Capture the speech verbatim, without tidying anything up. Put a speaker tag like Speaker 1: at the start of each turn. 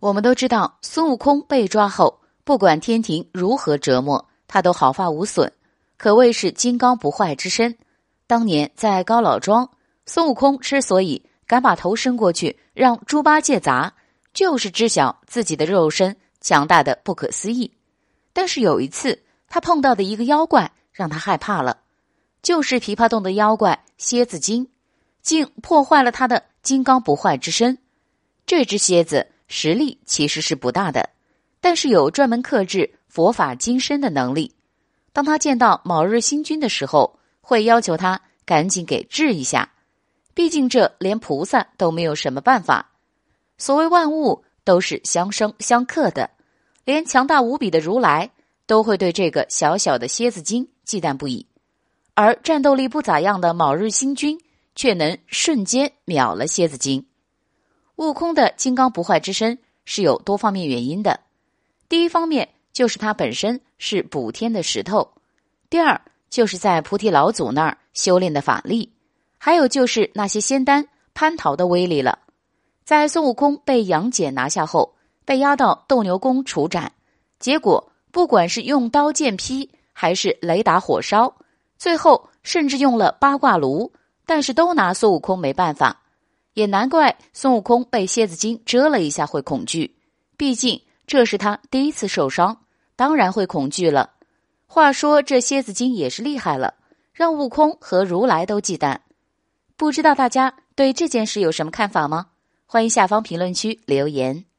Speaker 1: 我们都知道，孙悟空被抓后，不管天庭如何折磨，他都毫发无损，可谓是金刚不坏之身。当年在高老庄，孙悟空之所以敢把头伸过去让猪八戒砸，就是知晓自己的肉身强大的不可思议。但是有一次，他碰到的一个妖怪让他害怕了，就是琵琶洞的妖怪蝎子精，竟破坏了他的金刚不坏之身。这只蝎子实力其实是不大的，但是有专门克制佛法金身的能力。当他见到卯日星君的时候，会要求他赶紧给治一下，毕竟这连菩萨都没有什么办法。所谓万物都是相生相克的，连强大无比的如来都会对这个小小的蝎子精忌惮不已，而战斗力不咋样的卯日星君却能瞬间秒了蝎子精。悟空的金刚不坏之身是有多方面原因的，第一方面就是他本身是补天的石头，第二就是在菩提老祖那儿修炼的法力，还有就是那些仙丹蟠桃的威力了。在孙悟空被杨戬拿下后，被押到斗牛宫处斩，结果不管是用刀剑劈还是雷打火烧，最后甚至用了八卦炉，但是都拿孙悟空没办法。也难怪孙悟空被蝎子精蛰了一下会恐惧，毕竟这是他第一次受伤，当然会恐惧了。话说这蝎子精也是厉害了，让悟空和如来都忌惮。不知道大家对这件事有什么看法吗？欢迎下方评论区留言。